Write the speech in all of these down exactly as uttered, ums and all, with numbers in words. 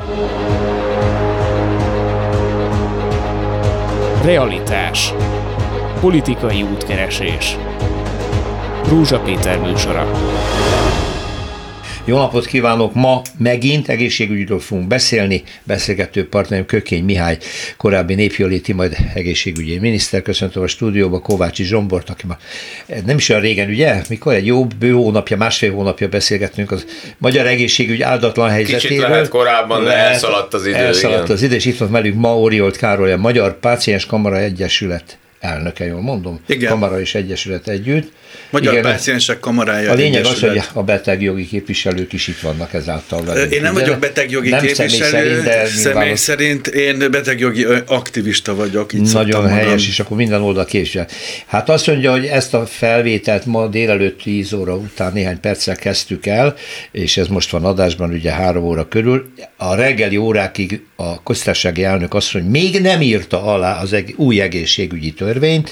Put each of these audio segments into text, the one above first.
Realitás. Politikai útkeresés. Rózsa Péter műsora. Jó napot kívánok! Ma megint egészségügyről fogunk beszélni. Beszélgető partnerem Kökény Mihály, korábbi népjóléti, majd egészségügyi miniszter. Köszöntöm a stúdióba Kovácsi Zsombort, aki ma nem is olyan régen, ugye? Mikor egy jó bő hónapja, másfél hónapja beszélgettünk az magyar egészségügy áldatlan helyzetéről. Kicsit lehet korábban, de lehet, elszaladt az idő. Elszaladt igen. az idő, és itt van velünk ma Oriolt Károly, a Magyar Páciens Kamara Egyesület elnöke, jól mondom? Igen. Kamara és Egyesület együtt. Magyar Igen, Páciensek Kamarája. A lényeg Egyesület. Az, hogy a betegjogi képviselők is itt vannak ezáltal velünk. Én nem ugye? vagyok betegjogi nem képviselő, személy szerint, de személy szerint én betegjogi aktivista vagyok. Így nagyon helyes, mondani. És akkor minden oldal képvisel. Hát azt mondja, hogy ezt a felvételt ma délelőtt tíz óra után néhány perccel kezdtük el, és ez most van adásban, ugye három óra körül. A reggeli órákig a köztársasági elnök azt mondja, hogy még nem írta alá az új egészségügyi törvényt.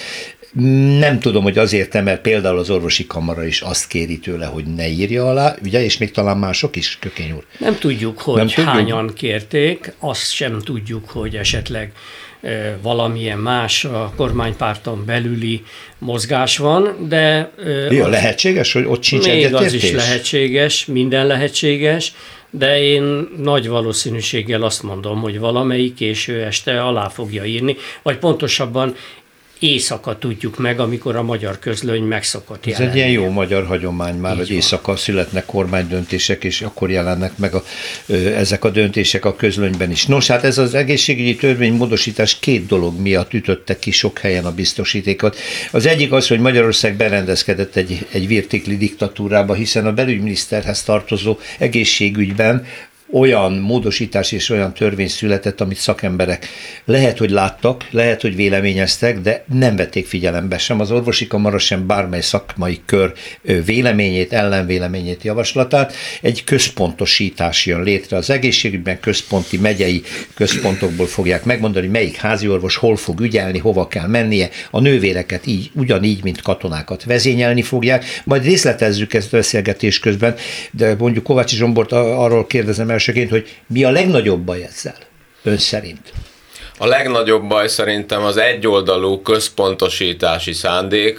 Nem tudom, hogy azért nem, mert például az orvosi kamara is azt kéri tőle, hogy ne írja alá, ugye, és még talán mások is, Kökény úr. Nem tudjuk, hogy nem tudjuk? hányan kérték, azt sem tudjuk, hogy esetleg e, valamilyen más a kormánypárton belüli mozgás van, de... E, Mi a lehetséges, hogy ott sincs még egyetértés? az is lehetséges, minden lehetséges, de én nagy valószínűséggel azt mondom, hogy valamelyik késő este alá fogja írni, vagy pontosabban éjszaka tudjuk meg, amikor a magyar közlöny meg szokott jelenni. Ez egy ilyen jó magyar hagyomány már, így hogy van. Éjszaka születnek kormánydöntések, és akkor jelennek meg a, ö, ezek a döntések a közlönyben is. Nos, hát ez az egészségügyi törvénymódosítás két dolog miatt ütötte ki sok helyen a biztosítékot. Az egyik az, hogy Magyarország berendezkedett egy, egy virtikli diktatúrába, hiszen a belügyminiszterhez tartozó egészségügyben olyan módosítás és olyan törvény született, amit szakemberek lehet, hogy láttak, lehet, hogy véleményeztek, de nem vették figyelembe sem az orvosi kamara, sem bármely szakmai kör véleményét, ellenvéleményét, javaslatát. Egy központosítás jön létre az egészségügyben, központi megyei központokból fogják megmondani, melyik háziorvos hol fog ügyelni, hova kell mennie, a nővéreket így, ugyanígy, mint katonákat vezényelni fogják. Majd részletezzük ezt a beszélgetés közben, de mondjuk Kovácsi Zsombort arról kérdezem elsőként, hogy mi a legnagyobb baj ezzel, ön szerint? A legnagyobb baj szerintem az egyoldalú központosítási szándék,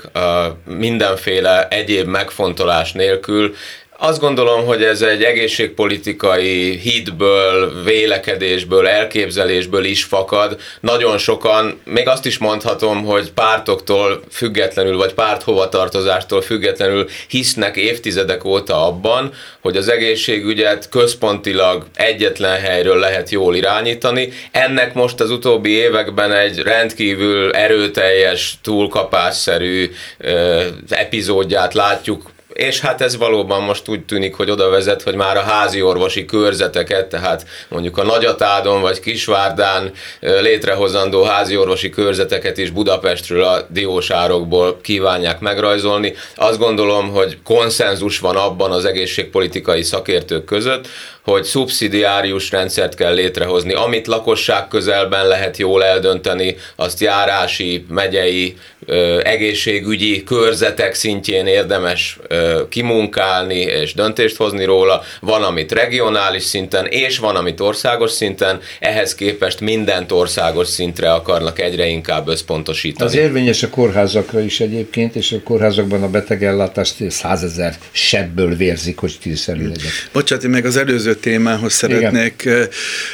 mindenféle egyéb megfontolás nélkül. Azt gondolom, hogy ez egy egészségpolitikai hitből, vélekedésből, elképzelésből is fakad. Nagyon sokan, még azt is mondhatom, hogy pártoktól függetlenül, vagy párthovatartozástól függetlenül hisznek évtizedek óta abban, hogy az egészségügyet központilag egyetlen helyről lehet jól irányítani. Ennek most az utóbbi években egy rendkívül erőteljes, túlkapásszerű ö, epizódját látjuk, és hát ez valóban most úgy tűnik, hogy oda vezet, hogy már a házi orvosi körzeteket, tehát mondjuk a Nagyatádon vagy Kisvárdán létrehozandó házi orvosi körzeteket is Budapestről a diósárokból kívánják megrajzolni. Azt gondolom, hogy konszenzus van abban az egészségpolitikai szakértők között, hogy szubszidiárius rendszert kell létrehozni, amit lakosság közelben lehet jól eldönteni, azt járási, megyei, ö, egészségügyi körzetek szintjén érdemes ö, kimunkálni és döntést hozni róla. Van, amit regionális szinten, és van, amit országos szinten, ehhez képest mindent országos szintre akarnak egyre inkább összpontosítani. Az érvényes a kórházakra is egyébként, és a kórházakban a betegellátást százezer sebből vérzik, hogy tízszerű legyen. Bocsánat, én meg az előző témához szeretnék. Igen.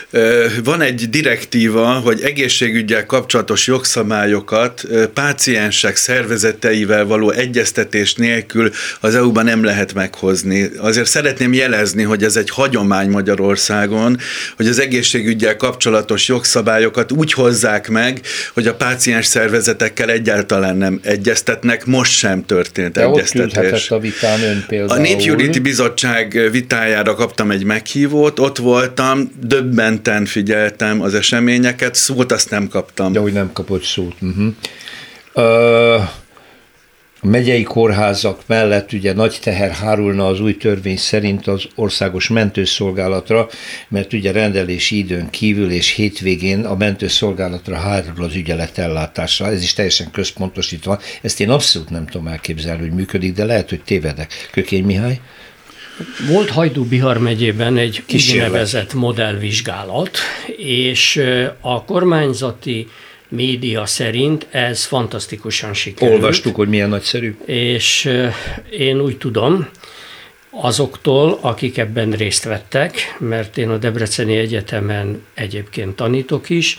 Van egy direktíva, hogy egészségüggyel kapcsolatos jogszabályokat páciensek szervezeteivel való egyeztetés nélkül az é u-ban nem lehet meghozni. Azért szeretném jelezni, hogy ez egy hagyomány Magyarországon, hogy az egészségüggyel kapcsolatos jogszabályokat úgy hozzák meg, hogy a páciens szervezetekkel egyáltalán nem egyeztetnek, most sem történt De egyeztetés. Ott tűnhetett a vitán ön például. A Népjóléti Bizottság vitájára kaptam egy meghívót, ott voltam, döbbenten figyeltem az eseményeket, szót azt nem kaptam. De úgy nem kapott szót. Uh-huh. Ö, a megyei kórházak mellett ugye nagy teher hárulna az új törvény szerint az országos mentőszolgálatra, mert ugye rendelési időn kívül és hétvégén a mentőszolgálatra hárul az ügyelet ellátása. Ez is teljesen központosítva. Ezt én abszolút nem tudom elképzelni, hogy működik, de lehet, hogy tévedek. Kökény Mihály? Volt Hajdú-Bihar megyében egy úgynevezett modellvizsgálat, és a kormányzati média szerint ez fantasztikusan sikerült. Olvastuk, hogy milyen nagyszerű. És én úgy tudom, azoktól, akik ebben részt vettek, mert én a Debreceni Egyetemen egyébként tanítok is,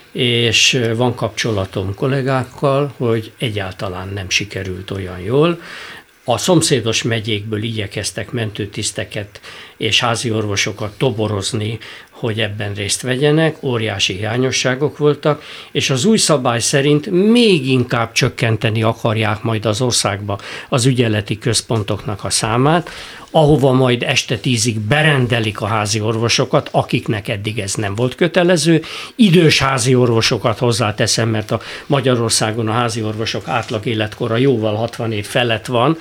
és van kapcsolatom kollégákkal, hogy egyáltalán nem sikerült olyan jól. A szomszédos megyékből igyekeztek mentőtiszteket és házi orvosokat toborozni, hogy ebben részt vegyenek, óriási hiányosságok voltak, és az új szabály szerint még inkább csökkenteni akarják majd az országba az ügyeleti központoknak a számát, ahova majd este tízig berendelik a házi orvosokat, akiknek eddig ez nem volt kötelező. Idős házi orvosokat hozzáteszem, mert a Magyarországon a házi orvosok átlag életkora jóval hatvan év felett van,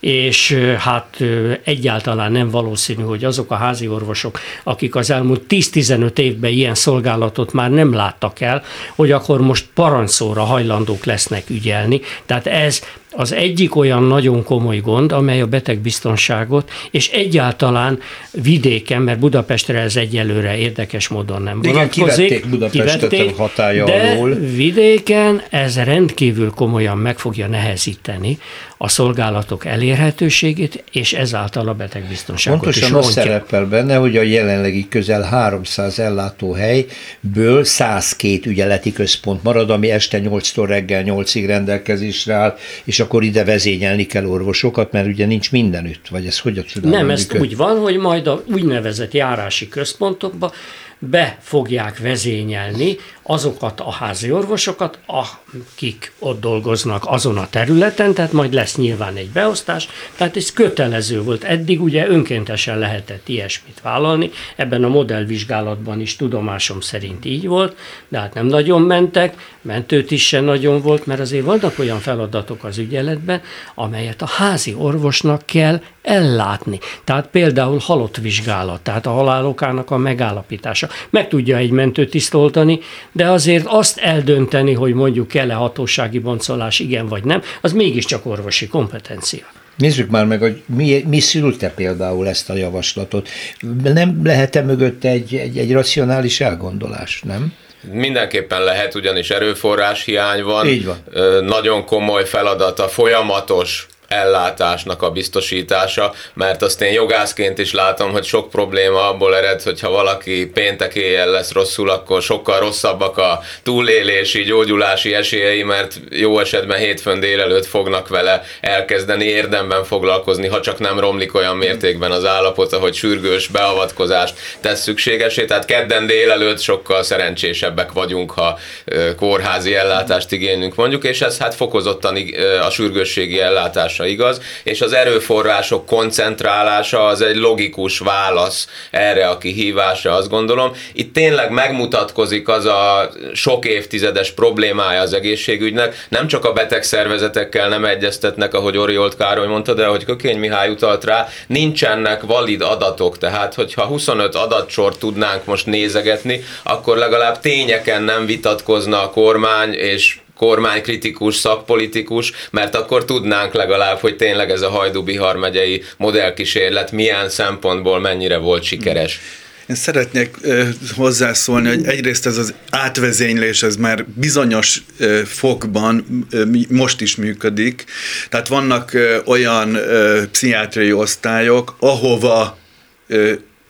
és hát egyáltalán nem valószínű, hogy azok a házi orvosok, akik az elmúlt tíz-tizenöt évben ilyen szolgálatot már nem láttak el, hogy akkor most parancsszóra hajlandók lesznek ügyelni. Tehát ez az egyik olyan nagyon komoly gond, amely a betegbiztonságot, és egyáltalán vidéken, mert Budapestre ez egyelőre érdekes módon nem vonatkozik. Igen, kivették Budapestet a hatálya alól. De vidéken ez rendkívül komolyan meg fogja nehezíteni a szolgálatok elérhetőségét, és ezáltal a betegbiztonságot Pontosan is rontja. az szerepel benne, hogy a jelenlegi közel háromszáz ellátóhelyből száz két ügyeleti központ marad, ami este nyolctól reggel nyolcig rendelkezésre áll, és akkor ide vezényelni kell orvosokat, mert ugye nincs mindenütt, vagy ez hogy a csinálni? Nem, ez úgy van, hogy majd a úgynevezett járási központokba be fogják vezényelni azokat a házi orvosokat, akik ott dolgoznak azon a területen, tehát majd lesz nyilván egy beosztás, tehát ez kötelező volt. Eddig ugye önkéntesen lehetett ilyesmit vállalni, ebben a modellvizsgálatban is tudomásom szerint így volt, de hát nem nagyon mentek, mentőt is sem nagyon volt, mert azért vannak olyan feladatok az ügyeletben, amelyet a házi orvosnak kell ellátni. Tehát például halottvizsgálat, tehát a halálokának a megállapítása. Meg tudja egy mentőtiszt oltani, de azért azt eldönteni, hogy mondjuk kell-e hatósági boncolás, igen vagy nem, az mégiscsak orvosi kompetencia. Nézzük már meg, hogy mi, mi szülte például ezt a javaslatot. Nem lehet-e mögötte egy, egy, egy racionális elgondolás, nem? Mindenképpen lehet, ugyanis erőforrás hiány van. Így van. Nagyon komoly feladat a folyamatos ellátásnak a biztosítása, mert azt én jogászként is látom, hogy sok probléma abból ered, hogyha valaki péntek éjjel lesz rosszul, akkor sokkal rosszabbak a túlélési, gyógyulási esélyei, mert jó esetben hétfőn délelőtt fognak vele elkezdeni érdemben foglalkozni, ha csak nem romlik olyan mértékben az állapota, hogy sürgős beavatkozást tesz szükségesé. Tehát kedden délelőtt sokkal szerencsésebbek vagyunk, ha kórházi ellátást igénylünk mondjuk, és ez hát fokozottan a sürgősségi ellátásra igaz, és az erőforrások koncentrálása az egy logikus válasz erre a kihívásra, azt gondolom. Itt tényleg megmutatkozik az a sok évtizedes problémája az egészségügynek, nem csak a betegszervezetekkel nem egyeztetnek, ahogy Oriolt Károly mondta, de ahogy Kökény Mihály utalt rá, nincsenek valid adatok, tehát hogyha huszonöt adatsort tudnánk most nézegetni, akkor legalább tényeken nem vitatkozna a kormány, és kormánykritikus, szakpolitikus, mert akkor tudnánk legalább, hogy tényleg ez a Hajdú-Bihar megyei modellkísérlet milyen szempontból mennyire volt sikeres. Én szeretnék ö, hozzászólni, hogy egyrészt ez az átvezénylés, ez már bizonyos ö, fokban ö, most is működik. Tehát vannak ö, olyan ö, pszichiátriai osztályok, ahova ö,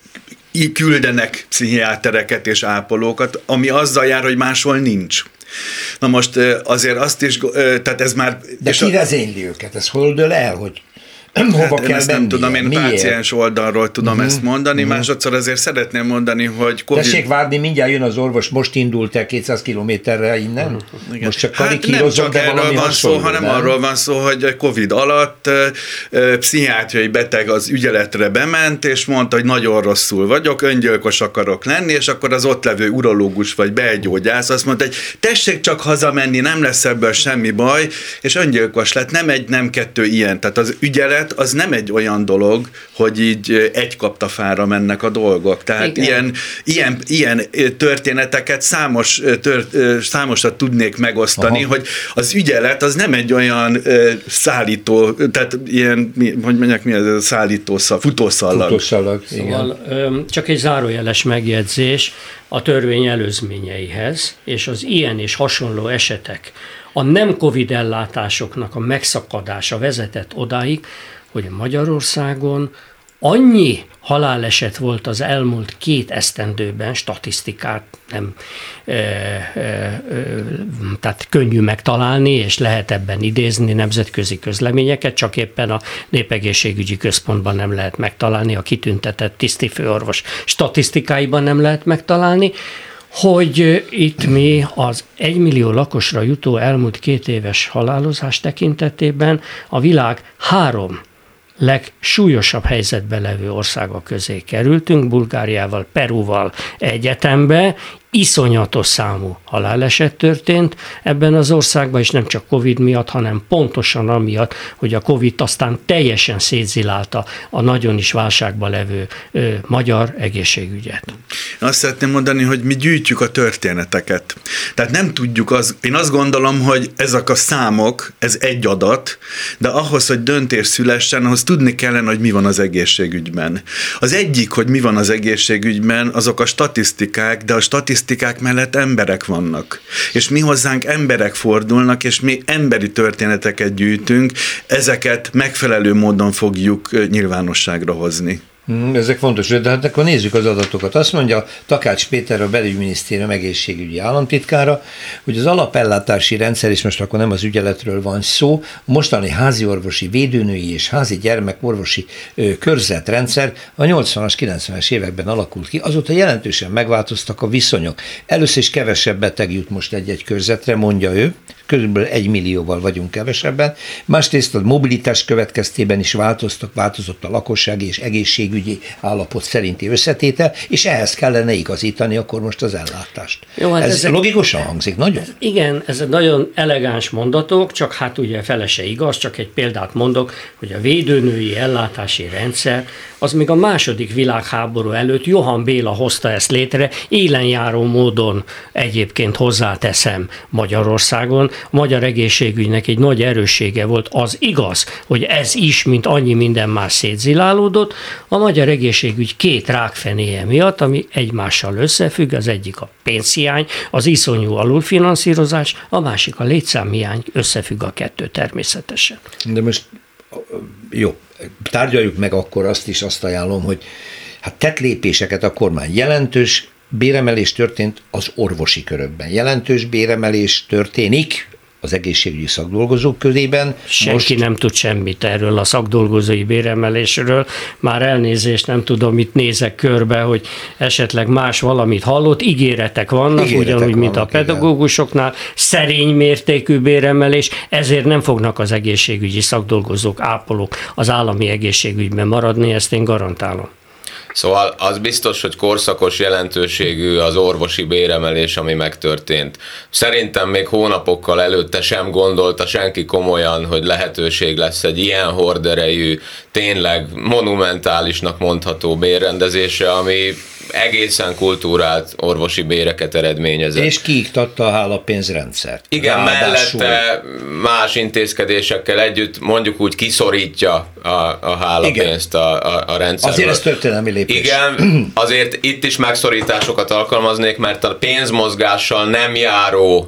küldenek pszichiátereket és ápolókat, ami azzal jár, hogy máshol nincs. Na most azért azt is, tehát ez már... De ki vezényli őket? Ez hol dől el, hogy hova hát kell ezt nem tudom, én Miért? páciens oldalról tudom uh-huh. ezt mondani, uh-huh. másodszor azért szeretném mondani, hogy COVID... Tessék várni, mindjárt jön az orvos, most indult el kétszáz kilométerre innen, uh-huh. most csak karikírozom, hát nem csak erről van szó, hanem nem? arról van szó, hogy Covid alatt uh, pszichiátriai beteg az ügyeletre bement, és mondta, hogy nagyon rosszul vagyok, öngyilkos akarok lenni, és akkor az ott levő urológus vagy belgyógyász azt mondta, hogy tessék csak hazamenni, nem lesz ebből semmi baj, és öngyilkos lett, nem egy, nem kettő ilyen, tehát az ügyelet ügyelet az nem egy olyan dolog, hogy így egy kaptafára mennek a dolgok. Tehát ilyen, ilyen, ilyen történeteket számos, tört, számosat tudnék megosztani, Aha. hogy az ügyelet az nem egy olyan szállító, tehát ilyen, hogy mondják, mi ez a szállító, futószallag. Futószallag, szóval igen. Csak egy zárójeles megjegyzés a törvény előzményeihez, és az ilyen és hasonló esetek, a nem Covid ellátásoknak a megszakadása vezetett odáig, hogy Magyarországon annyi haláleset volt az elmúlt két esztendőben, statisztikát nem, e, e, e, tehát könnyű megtalálni, és lehet ebben idézni nemzetközi közleményeket, csak éppen a Népegészségügyi Központban nem lehet megtalálni, a kitüntetett tisztifőorvos statisztikáiban nem lehet megtalálni, hogy itt mi az egymillió lakosra jutó elmúlt két éves halálozás tekintetében a világ három legsúlyosabb helyzetben levő országok közé kerültünk, Bulgáriával, Perúval egyetembe, iszonyatos számú haláleset történt ebben az országban, és nem csak Covid miatt, hanem pontosan amiatt, hogy a Covid aztán teljesen szétzilálta a nagyon is válságban levő ö, magyar egészségügyet. Azt szeretném mondani, hogy mi gyűjtjük a történeteket. Tehát nem tudjuk, az, én azt gondolom, hogy ezek a számok, ez egy adat, de ahhoz, hogy döntés szülessen, ahhoz tudni kellene, hogy mi van az egészségügyben. Az egyik, hogy mi van az egészségügyben, azok a statisztikák, de a statisztikák mellett emberek vannak. És mi hozzánk emberek fordulnak, és mi emberi történeteket gyűjtünk, ezeket megfelelő módon fogjuk nyilvánosságra hozni. Ezek fontos, de hát akkor nézzük az adatokat. Azt mondja Takács Péter, a Belügyminisztérium egészségügyi államtitkára, hogy az alapellátási rendszer, és most akkor nem az ügyeletről van szó, mostani háziorvosi, védőnői és házi gyermekorvosi ö, körzetrendszer a nyolcvanas, kilencvenes években alakult ki, azóta jelentősen megváltoztak a viszonyok. Először is kevesebb beteg jut most egy-egy körzetre, mondja ő, körülbelül egy millióval vagyunk kevesebben. Másrészt a mobilitás következtében is változtak, változott a lakossági és egészségügyi állapot szerinti összetétel, és ehhez kellene igazítani akkor most az ellátást. Jó, hát ez ezek, logikusan hangzik, nagyon? Igen, ez egy nagyon elegáns mondatok, csak hát ugye fele se igaz, csak egy példát mondok, hogy a védőnői ellátási rendszer, az még a második világháború előtt Johann Béla hozta ezt létre, élenjáró módon egyébként hozzáteszem Magyarországon. A magyar egészségügynek egy nagy erőssége volt, az igaz, hogy ez is, mint annyi minden más szétzilálódott, a magyar egészségügy két rákfenéje miatt, ami egymással összefügg, az egyik a pénzhiány, az iszonyú alulfinanszírozás, a másik a létszámhiány, összefügg a kettő természetesen. De most jó, tárgyaljuk meg akkor azt is, azt ajánlom, hogy hát tett lépéseket a kormány. Jelentős béremelés történt az orvosi körökben. Jelentős béremelés történik az egészségügyi szakdolgozók körében. Senki most... nem tud semmit erről a szakdolgozói béremelésről. Már elnézést, nem tudom, mit nézek körbe, hogy esetleg más valamit hallott. Ígéretek vannak, Ígéretek ugyanúgy, vannak, mint a pedagógusoknál. Igen. Szerény mértékű béremelés, ezért nem fognak az egészségügyi szakdolgozók, ápolók az állami egészségügyben maradni, ezt én garantálom. Szóval az biztos, hogy korszakos jelentőségű az orvosi béremelés, ami megtörtént. Szerintem még hónapokkal előtte sem gondolta senki komolyan, hogy lehetőség lesz egy ilyen horderejű, tényleg monumentálisnak mondható bérrendezése, ami egészen kultúrált orvosi béreket eredményezett. És kiiktatta a hálapénzrendszert. Igen, Ráadásul... mellette más intézkedésekkel együtt mondjuk úgy kiszorítja a, a hálapénzt a, a, a rendszerből. Azért ez történelmi lépés. Igen, azért itt is megszorításokat alkalmaznék, mert a pénzmozgással nem járó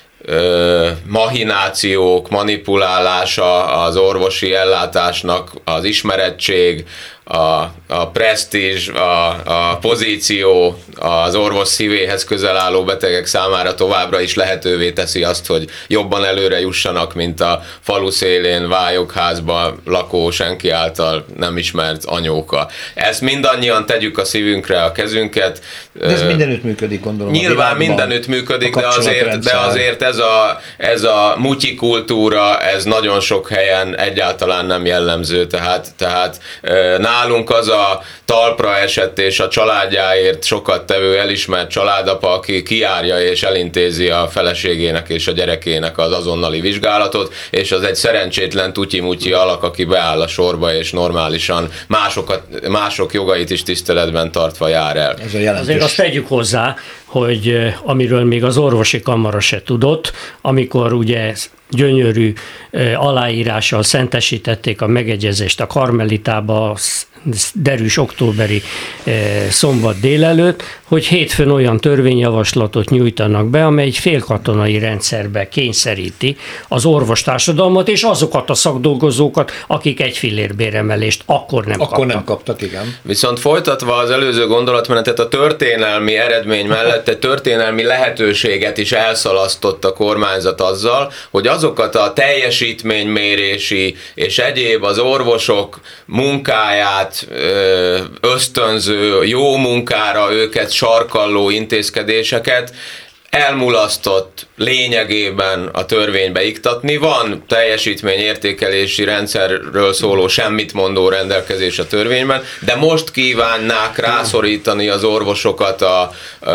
ö, mahinációk, manipulálása az orvosi ellátásnak, az ismerettség, a, a presztízs, a, a pozíció az orvos szívéhez közel álló betegek számára továbbra is lehetővé teszi azt, hogy jobban előre jussanak, mint a falu szélén vályogházban lakó, senki által nem ismert anyóka. Ezt mindannyian tegyük a szívünkre a kezünket. De ez mindenütt működik, gondolom. Nyilván mindenütt működik, de azért, de azért ez a, ez a mutyi kultúra, ez nagyon sok helyen egyáltalán nem jellemző, tehát, tehát nálunk az a talpra esett és a családjáért sokat tevő elismert családapa, aki kijárja és elintézi a feleségének és a gyerekének az azonnali vizsgálatot, és az egy szerencsétlen tutyi-mutyi alak, aki beáll a sorba és normálisan másokat, mások jogait is tiszteletben tartva jár el. Ez a Azért azt tegyük hozzá, hogy amiről még az orvosi kamara se tudott, amikor ugye gyönyörű aláírással szentesítették a megegyezést a Karmelitába derűs októberi szombat délelőtt, hogy hétfőn olyan törvényjavaslatot nyújtanak be, amely egy félkatonai rendszerbe kényszeríti az orvostársadalmat és azokat a szakdolgozókat, akik egy fillérbéremelést akkor nem akkor kaptak. nem kaptak, igen. Viszont folytatva az előző gondolatmenetet, a történelmi eredmény mellett egy történelmi lehetőséget is elszalasztott a kormányzat azzal, hogy azokat a teljesítménymérési és egyéb az orvosok munkáját ösztönző, jó munkára őket sarkalló intézkedéseket elmulasztott lényegében a törvénybe iktatni. Van teljesítményértékelési rendszerről szóló semmit mondó rendelkezés a törvényben, de most kívánnák rászorítani az orvosokat a,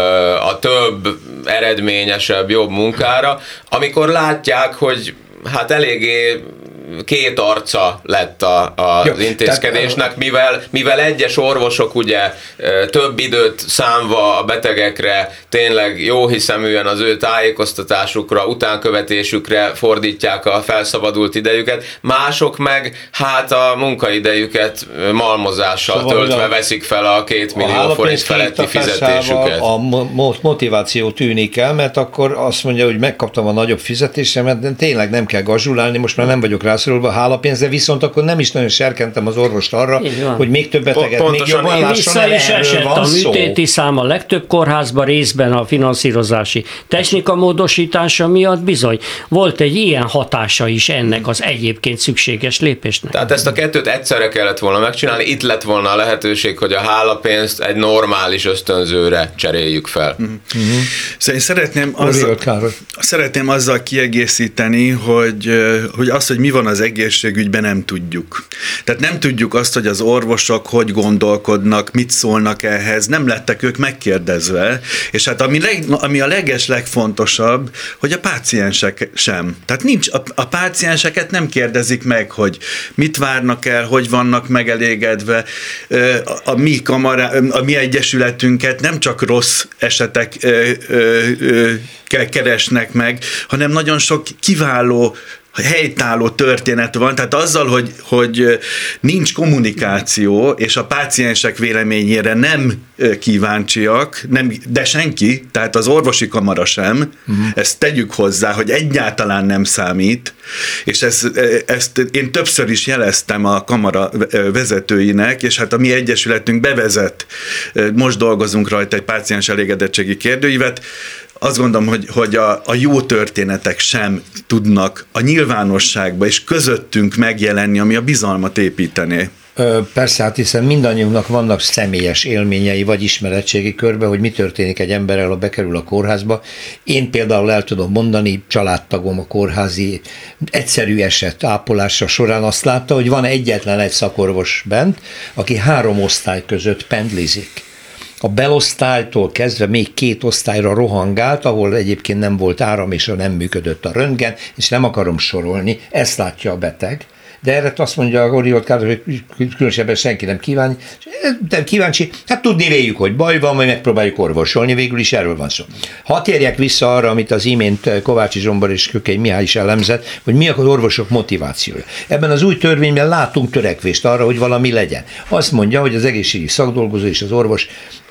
a több eredményesebb, jobb munkára, amikor látják, hogy hát eléggé két arca lett a, a, Jó, az intézkedésnek, tehát, mivel, mivel egyes orvosok ugye több időt szánva a betegekre, tényleg jóhiszeműen az ő tájékoztatásukra, utánkövetésükre fordítják a felszabadult idejüket, mások meg hát a munkaidejüket malmozással szóval töltve a, veszik fel a két millió forint feletti fizetésüket. A motiváció tűnik el, mert akkor azt mondja, hogy megkaptam a nagyobb fizetésemet, de tényleg nem kell gazsulálni, most már nem vagyok rászorulva hálapénzre, viszont akkor nem is nagyon serkentem az orvost arra, hogy még több beteget, még jobban lásson el, erről van szó. A műtéti szám a legtöbb kórházban részben a finanszírozási technika módosítása miatt bizony volt egy ilyen hatása is ennek az egyébként szükséges lépésnek. Tehát ezt a kettőt egyszerre kellett volna megcsinálni, itt lett volna a lehetőség, hogy a hálapénzt egy normális ösztönzőre cseréljük fel. Mm-hmm. Szóval én szeretném azzal, szeretném azzal kiegészíteni, hogy, hogy az, hogy mi van az egészségügyben, nem tudjuk. Tehát nem tudjuk azt, hogy az orvosok hogy gondolkodnak, mit szólnak ehhez, nem lettek ők megkérdezve, és hát ami, leg, ami a leges legfontosabb, hogy a páciensek sem. Tehát nincs, a, a pácienseket nem kérdezik meg, hogy mit várnak el, hogy vannak megelégedve, a, a mi kamara, a mi egyesületünket nem csak rossz esetek ö, ö, ö, keresnek meg, hanem nagyon sok kiváló helytálló történet van, tehát azzal, hogy, hogy nincs kommunikáció, és a páciensek véleményére nem kíváncsiak, nem, de senki, tehát az orvosi kamara sem, uh-huh. ezt tegyük hozzá, hogy egyáltalán nem számít, és ez, ezt én többször is jeleztem a kamara vezetőinek, és hát a mi egyesületünk bevezet, most dolgozunk rajta egy páciens elégedettségi kérdőívet. Azt gondolom, hogy, hogy a, a jó történetek sem tudnak a nyilvánosságba és közöttünk megjelenni, ami a bizalmat építené. Persze, hát hiszen mindannyiunknak vannak személyes élményei, vagy ismeretségi körbe, hogy mi történik egy emberrel, ha bekerül a kórházba. Én például el tudom mondani, családtagom a kórházi egyszerű eset ápolása során azt látta, hogy van egyetlen egy szakorvos bent, aki három osztály között pendlizik. A belosztálytól kezdve még két osztályra rohangált, ahol egyébként nem volt áram, és nem működött a röntgen, és nem akarom sorolni, ezt látja a beteg. De erre azt mondja a Oriol Kádor, hogy különösebben senki nem kíváncsi, nem kíváncsi, hát tudni véljük, hogy baj van, majd megpróbáljuk orvosolni, végül is erről van szó. Ha térjek vissza arra, amit az imént Kovácsi Zsombor és Kökény Mihály is elemzett, hogy mi az orvosok motivációja. Ebben az új törvényben látunk törekvést arra, hogy valami legyen. Azt mondja, hogy az egészségügyi szakdolgozó és az orvos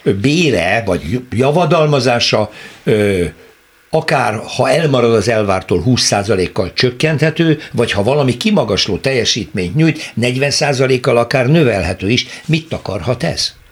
bére, vagy javadalmazása akár ha elmarad az elvártól húsz százalékkal csökkenthető, vagy ha valami kimagasló teljesítményt nyújt, negyven százalékkal akár növelhető is. Mit akarhat ez?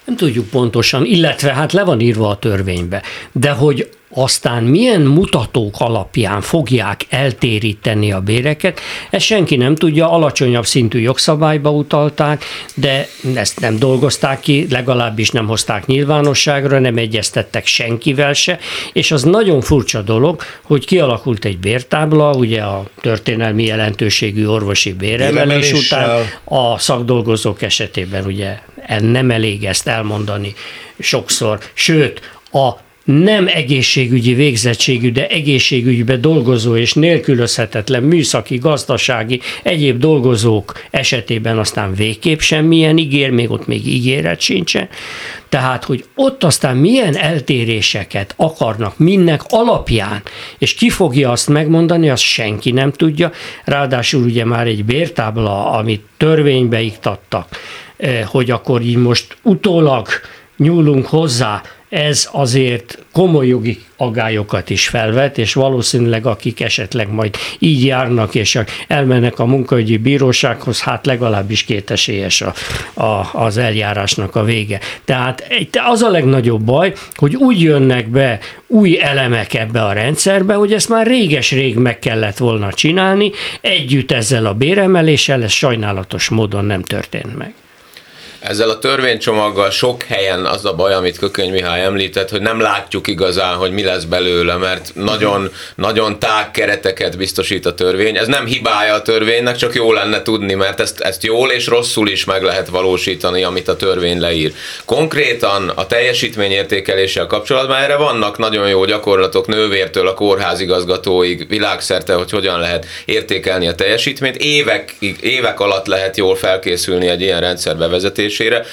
Nem tudjuk pontosan, illetve hát le van írva a törvénybe, de hogy aztán milyen mutatók alapján fogják eltéríteni a béreket, ezt senki nem tudja, alacsonyabb szintű jogszabályba utalták, de ezt nem dolgozták ki, legalábbis nem hozták nyilvánosságra, nem egyeztettek senkivel se, és az nagyon furcsa dolog, hogy kialakult egy bértábla, ugye a történelmi jelentőségű orvosi béremelés után, a szakdolgozók esetében ugye nem elég ezt elmondani sokszor, sőt, a nem egészségügyi végzettségű, de egészségügybe dolgozó és nélkülözhetetlen műszaki, gazdasági, egyéb dolgozók esetében aztán végképp semmilyen ígér, még ott még ígéret sincsen. Tehát, hogy ott aztán milyen eltéréseket akarnak, minnek alapján, és ki fogja azt megmondani, azt senki nem tudja. Ráadásul ugye már egy bértábla, amit törvénybe iktattak, hogy akkor így most utólag nyúlunk hozzá, ez azért komoly jogi aggályokat is felvet, és valószínűleg akik esetleg majd így járnak, és elmennek a munkaügyi bírósághoz, hát legalábbis kétesélyes a, a, az eljárásnak a vége. Tehát az a legnagyobb baj, hogy úgy jönnek be új elemek ebbe a rendszerbe, hogy ezt már réges-rég meg kellett volna csinálni, együtt ezzel a béremeléssel, ez sajnálatos módon nem történt meg. Ezzel a törvénycsomaggal sok helyen az a baj, amit Kököny Mihály említett, hogy nem látjuk igazán, hogy mi lesz belőle, mert nagyon, nagyon tág kereteket biztosít a törvény. Ez nem hibája a törvénynek, csak jó lenne tudni, mert ezt, ezt jól és rosszul is meg lehet valósítani, amit a törvény leír. Konkrétan a teljesítményértékeléssel kapcsolatban erre vannak nagyon jó gyakorlatok nővértől a kórházigazgatóig világszerte, hogy hogyan lehet értékelni a teljesítményt. Évek, évek alatt lehet jól felkészülni egy ilyen rendszer bevezetésére.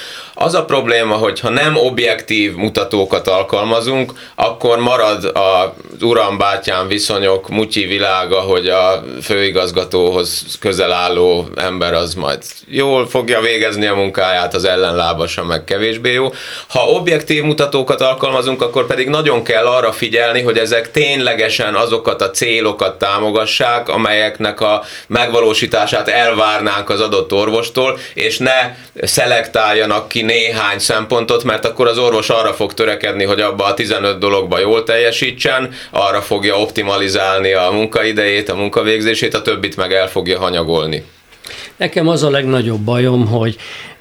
Az a probléma, hogy ha nem objektív mutatókat alkalmazunk, akkor marad az uram-bátyám viszonyok mutyi világa, hogy a főigazgatóhoz közel álló ember az majd jól fogja végezni a munkáját, az ellenlábasa meg kevésbé jó. Ha objektív mutatókat alkalmazunk, akkor pedig nagyon kell arra figyelni, hogy ezek ténylegesen azokat a célokat támogassák, amelyeknek a megvalósítását elvárnánk az adott orvostól, és ne szelektáljanak ki néhány szempontot, mert akkor az orvos arra fog törekedni, hogy abba a tizenöt dologba jól teljesítsen, arra fogja optimalizálni a munkaidejét, a munkavégzését, a többit meg el fogja hanyagolni. Nekem az a legnagyobb bajom, hogy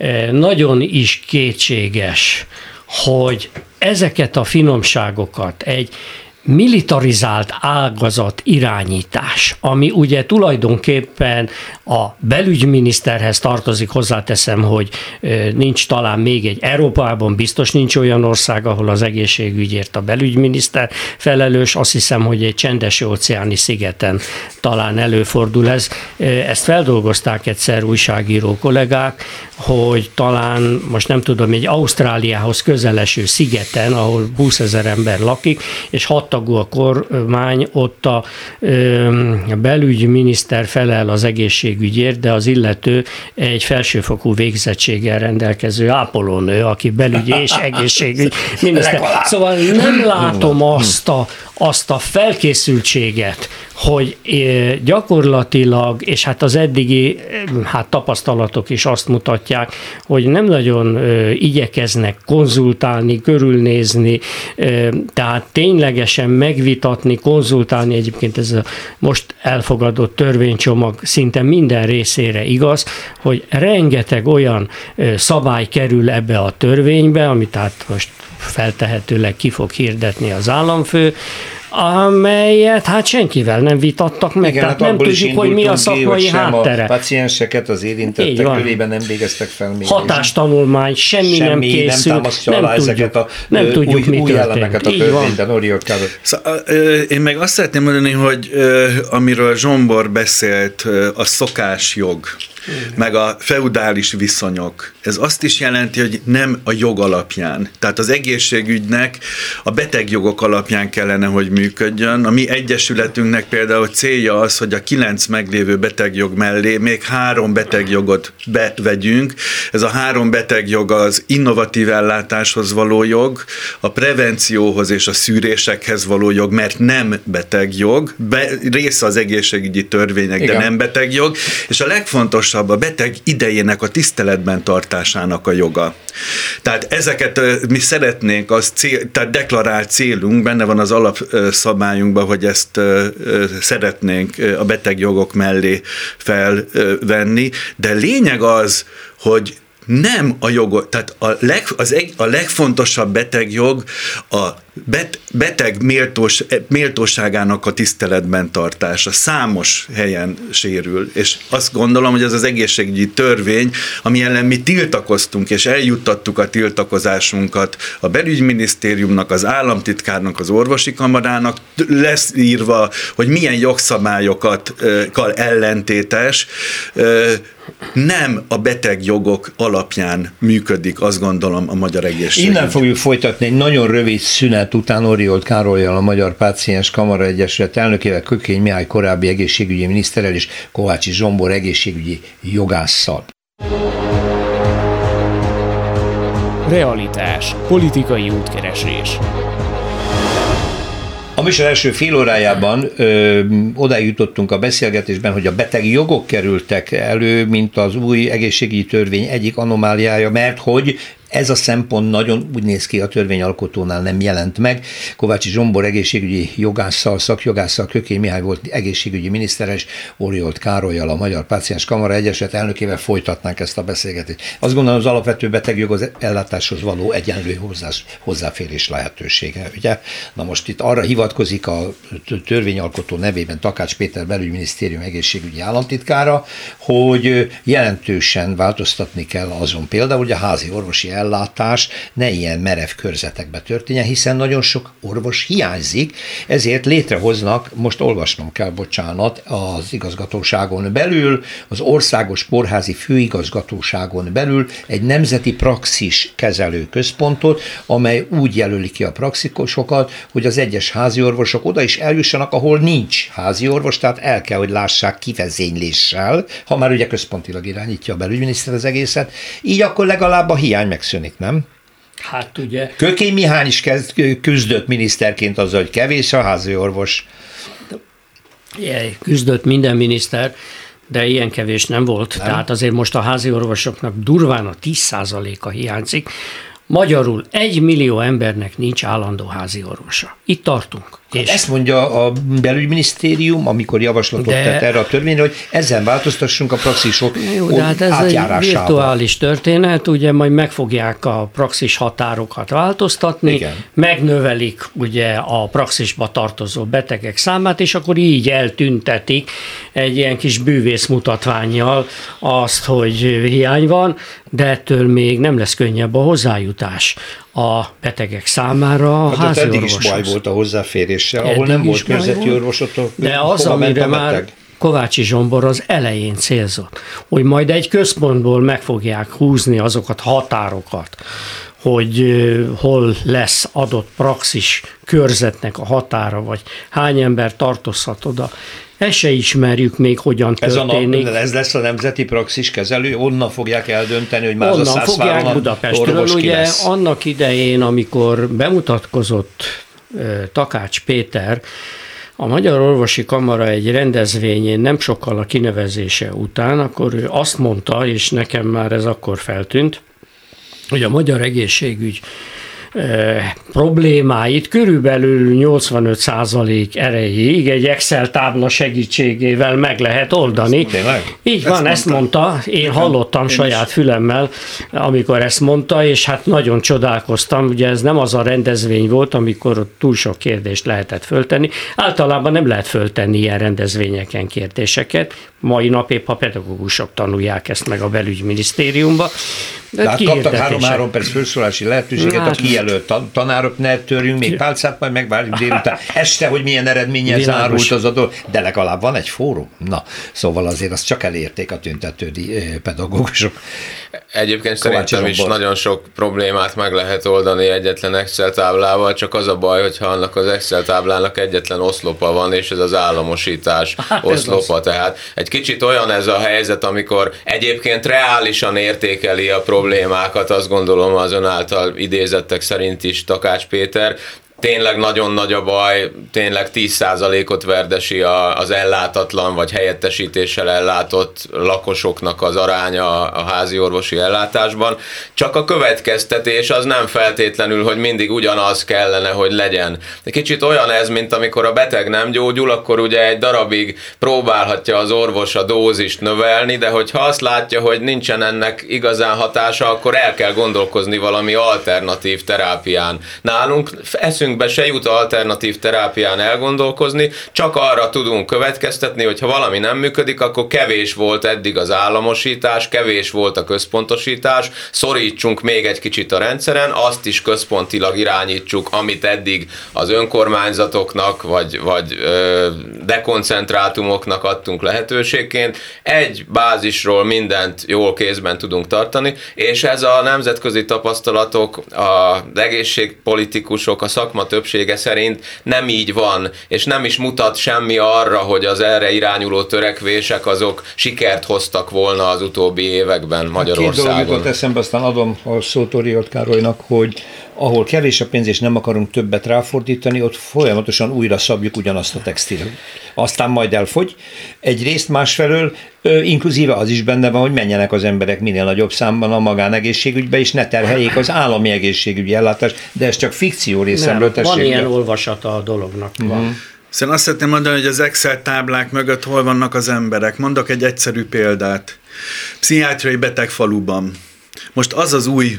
nagyon is kétséges, hogy ezeket a finomságokat egy militarizált ágazat irányítás, ami ugye tulajdonképpen a belügyminiszterhez tartozik, hozzáteszem, hogy nincs talán még egy Európában, biztos nincs olyan ország, ahol az egészségügyért a belügyminiszter felelős, azt hiszem, hogy egy csendes-óceáni szigeten talán előfordul ez. Ezt feldolgozták egyszer újságíró kollégák, hogy talán, most nem tudom, egy Ausztráliához közeleső szigeten, ahol húszezer ember lakik, és hat tagú a kormány, ott a, a belügyminiszter felel az egészségügyért, de az illető egy felsőfokú végzettséggel rendelkező ápolónő, aki belügyi és egészségügy miniszter. Szóval nem látom azt a, azt a felkészültséget, hogy gyakorlatilag, és hát az eddigi hát tapasztalatok is azt mutatják, hogy nem nagyon igyekeznek konzultálni, körülnézni, tehát ténylegesen megvitatni, konzultálni, egyébként ez a most elfogadott törvénycsomag szinte minden részére igaz, hogy rengeteg olyan szabály kerül ebbe a törvénybe, amit tehát most feltehetőleg ki fog hirdetni az államfő, amelyet hát senkivel nem vitattak meg, igen, tehát hát nem tudjuk, hogy mi a szakmai ki, háttere. A pacienseket, az érintettek körében nem végeztek fel még. Hatástanulmány, semmi, semmi nem készült, nem, nem tudjuk, a, nem tudjuk új, mi új elemeket a törvényben orientálva. Szóval, én meg azt szeretném mondani, hogy amiről Zsombor beszélt, a szokásjog, meg a feudális viszonyok. Ez azt is jelenti, hogy nem a jog alapján. Tehát az egészségügynek a betegjogok alapján kellene, hogy működjön. A mi egyesületünknek például célja az, hogy a kilenc meglévő betegjog mellé még három betegjogot bevegyünk. Ez a három betegjog az innovatív ellátáshoz való jog, a prevencióhoz és a szűrésekhez való jog, mert nem betegjog, be, része az egészségügyi törvények, igen, de nem betegjog, és a legfontosabb a beteg idejének a tiszteletben tartásának a joga. Tehát ezeket mi szeretnénk, az cél, tehát deklarált célunk, benne van az alapszabályunkban, hogy ezt szeretnénk a betegjogok mellé felvenni, de lényeg az, hogy nem a jogot, tehát a, leg, az egy, a legfontosabb betegjog a bet, beteg méltós, méltóságának a tiszteletben tartása. Számos helyen sérül, és azt gondolom, hogy ez az egészségügyi törvény, ami ellen mi tiltakoztunk, és eljuttattuk a tiltakozásunkat a belügyminisztériumnak, az államtitkárnak, az orvosi kamarának, lesz írva, hogy milyen jogszabályokkal ellentétes, nem a betegjogok alapján működik, azt gondolom, a magyar egészségügy. Innen fogjuk folytatni egy nagyon rövid szünet után Oriolt Károllyal, a Magyar Páciens Kamara Egyesület elnökével, Kökény Mihály korábbi egészségügyi miniszterrel és Kovácsi Zsombor egészségügyi jogásszal. Realitás, politikai útkeresés. A műsor első fél órájában ö, odáig jutottunk a beszélgetésben, hogy a betegi jogok kerültek elő, mint az új egészségügyi törvény egyik anomáliája, mert hogy ez a szempont nagyon úgy néz ki, a törvényalkotónál nem jelent meg. Kovácsi Zsombor egészségügyi jogásszal, szakjogásszal, Kökény Mihály volt egészségügyi miniszter, és Oriolt Károllyal, a Magyar Páciens Kamara Egyesület elnökével folytatnánk ezt a beszélgetést. Azt gondolom, az alapvető betegjog az ellátáshoz való egyenlő hozzá, hozzáférés lehetősége. Ugye? Na most itt arra hivatkozik a törvényalkotó nevében Takács Péter belügyminisztérium egészségügyi államtitkára, hogy jelentősen változtatni kell azon például, hogy a házi orvosi ellátás ne ilyen merev körzetekbe történjen, hiszen nagyon sok orvos hiányzik, ezért létrehoznak, most olvasnom kell, bocsánat, az igazgatóságon belül, az Országos Kórházi Főigazgatóságon belül egy nemzeti praxis kezelő központot, amely úgy jelöli ki a praxisokat, hogy az egyes házi orvosok oda is eljussanak, ahol nincs házi orvos, tehát el kell, hogy lássák kivezényléssel, ha már ugye központilag irányítja a belügyminiszter az egészet, így akkor legalább a hiány megszűnik, nem? Hát ugye... Kökény Mihály is kezd, küzdött miniszterként azzal, hogy kevés a házi orvos. Küzdött minden miniszter, de ilyen kevés nem volt. Nem? Tehát azért most a házi orvosoknak durván a tíz százaléka hiányzik. Magyarul egy millió embernek nincs állandó házi orvosa. Itt tartunk. Hát és ezt mondja a belügyminisztérium, amikor javaslatot de, tett erre a törvényre, hogy ezzel változtassunk a praxisok jó, de hát ez egy virtuális történet, ugye majd meg fogják a praxis határokat változtatni, igen, megnövelik ugye a praxisba tartozó betegek számát, és akkor így eltüntetik egy ilyen kis bűvész mutatvánnyal azt, hogy hiány van, de ettől még nem lesz könnyebb a hozzájutás a betegek számára a hát házi eddig orvoshoz. Is baj volt a hozzáféréssel, ahol nem volt körzeti orvosotól. De az, amire már Kovácsi Zsombor az elején célzott, hogy majd egy központból meg fogják húzni azokat határokat, hogy hol lesz adott praxis körzetnek a határa, vagy hány ember tartozhat oda. Ezt se ismerjük még, hogyan történik. Ez, a, ez lesz a nemzeti praxis kezelő, onnan fogják eldönteni, hogy már onnan az a fogják Budapestről. Ugye lesz. Annak idején, amikor bemutatkozott uh, Takács Péter, a Magyar Orvosi Kamara egy rendezvényén nem sokkal a kinevezése után, akkor ő azt mondta, és nekem már ez akkor feltűnt, hogy a magyar egészségügy e, problémáit körülbelül nyolcvanöt százalék erejéig egy Excel tábla segítségével meg lehet oldani. Tényleg? Így van, ezt, ezt mondta, én hallottam én saját is. fülemmel, amikor ezt mondta, és hát nagyon csodálkoztam, ugye ez nem az a rendezvény volt, amikor túl sok kérdést lehetett föltenni. Általában nem lehet föltenni ilyen rendezvényeken kérdéseket, mai nap épp a pedagógusok tanulják ezt meg a belügyminisztériumban, De, de hát kaptak három-három perc felszólási lehetőséget, hát, a kijelölt tanárok, ne törjünk még pálcát, majd megvárjuk délután. Este, hogy milyen eredménnyel zárult az a dolog, de legalább van egy fórum. Na, szóval azért azt csak elérték a tüntetődi pedagógusok. Egyébként Kovács szerintem is nagyon sok problémát meg lehet oldani egyetlen Excel táblával, csak az a baj, hogyha annak az Excel táblának egyetlen oszlopa van, és ez az államosítás hát oszlopa. Tehát egy kicsit olyan ez a helyzet, amikor egyébként reálisan értékeli a problémákat, azt gondolom az ön által idézettek szerint is Takács Péter. Tényleg nagyon nagy a baj, tényleg tíz százalékot verdesi az ellátatlan vagy helyettesítéssel ellátott lakosoknak az aránya a házi orvosi ellátásban. Csak a következtetés az nem feltétlenül, hogy mindig ugyanaz kellene, hogy legyen. De kicsit olyan ez, mint amikor a beteg nem gyógyul, akkor ugye egy darabig próbálhatja az orvos a dózist növelni, de hogyha azt látja, hogy nincsen ennek igazán hatása, akkor el kell gondolkozni valami alternatív terápián. Nálunk eszünk be se jut alternatív terápián elgondolkozni, csak arra tudunk következtetni, hogy ha valami nem működik, akkor kevés volt eddig az államosítás, kevés volt a központosítás, szorítsunk még egy kicsit a rendszeren, azt is központilag irányítsuk, amit eddig az önkormányzatoknak, vagy, vagy ö, dekoncentrátumoknak adtunk lehetőségként. Egy bázisról mindent jól kézben tudunk tartani, és ez a nemzetközi tapasztalatok, az egészségpolitikusok, a szakma többsége szerint nem így van, és nem is mutat semmi arra, hogy az erre irányuló törekvések azok sikert hoztak volna az utóbbi években Magyarországon. Két dolog jutott eszembe, aztán adom a szót Tóth Károlynak, hogy ahol kevés a pénz és nem akarunk többet ráfordítani, ott folyamatosan újra szabjuk ugyanazt a textilt. Aztán majd elfogy. Egyrészt másfelől inkluzíve az is benne van, hogy menjenek az emberek minél nagyobb számban a magánegészségügybe, és ne terheljék az állami egészségügyi ellátást, de ez csak fikció részemről. Van ilyen olvasata a dolognak. Mm-hmm. Van. Szóval azt szeretném mondani, hogy az Excel táblák mögött hol vannak az emberek. Mondok egy egyszerű példát. Pszichiátriai betegfaluban. Most az az új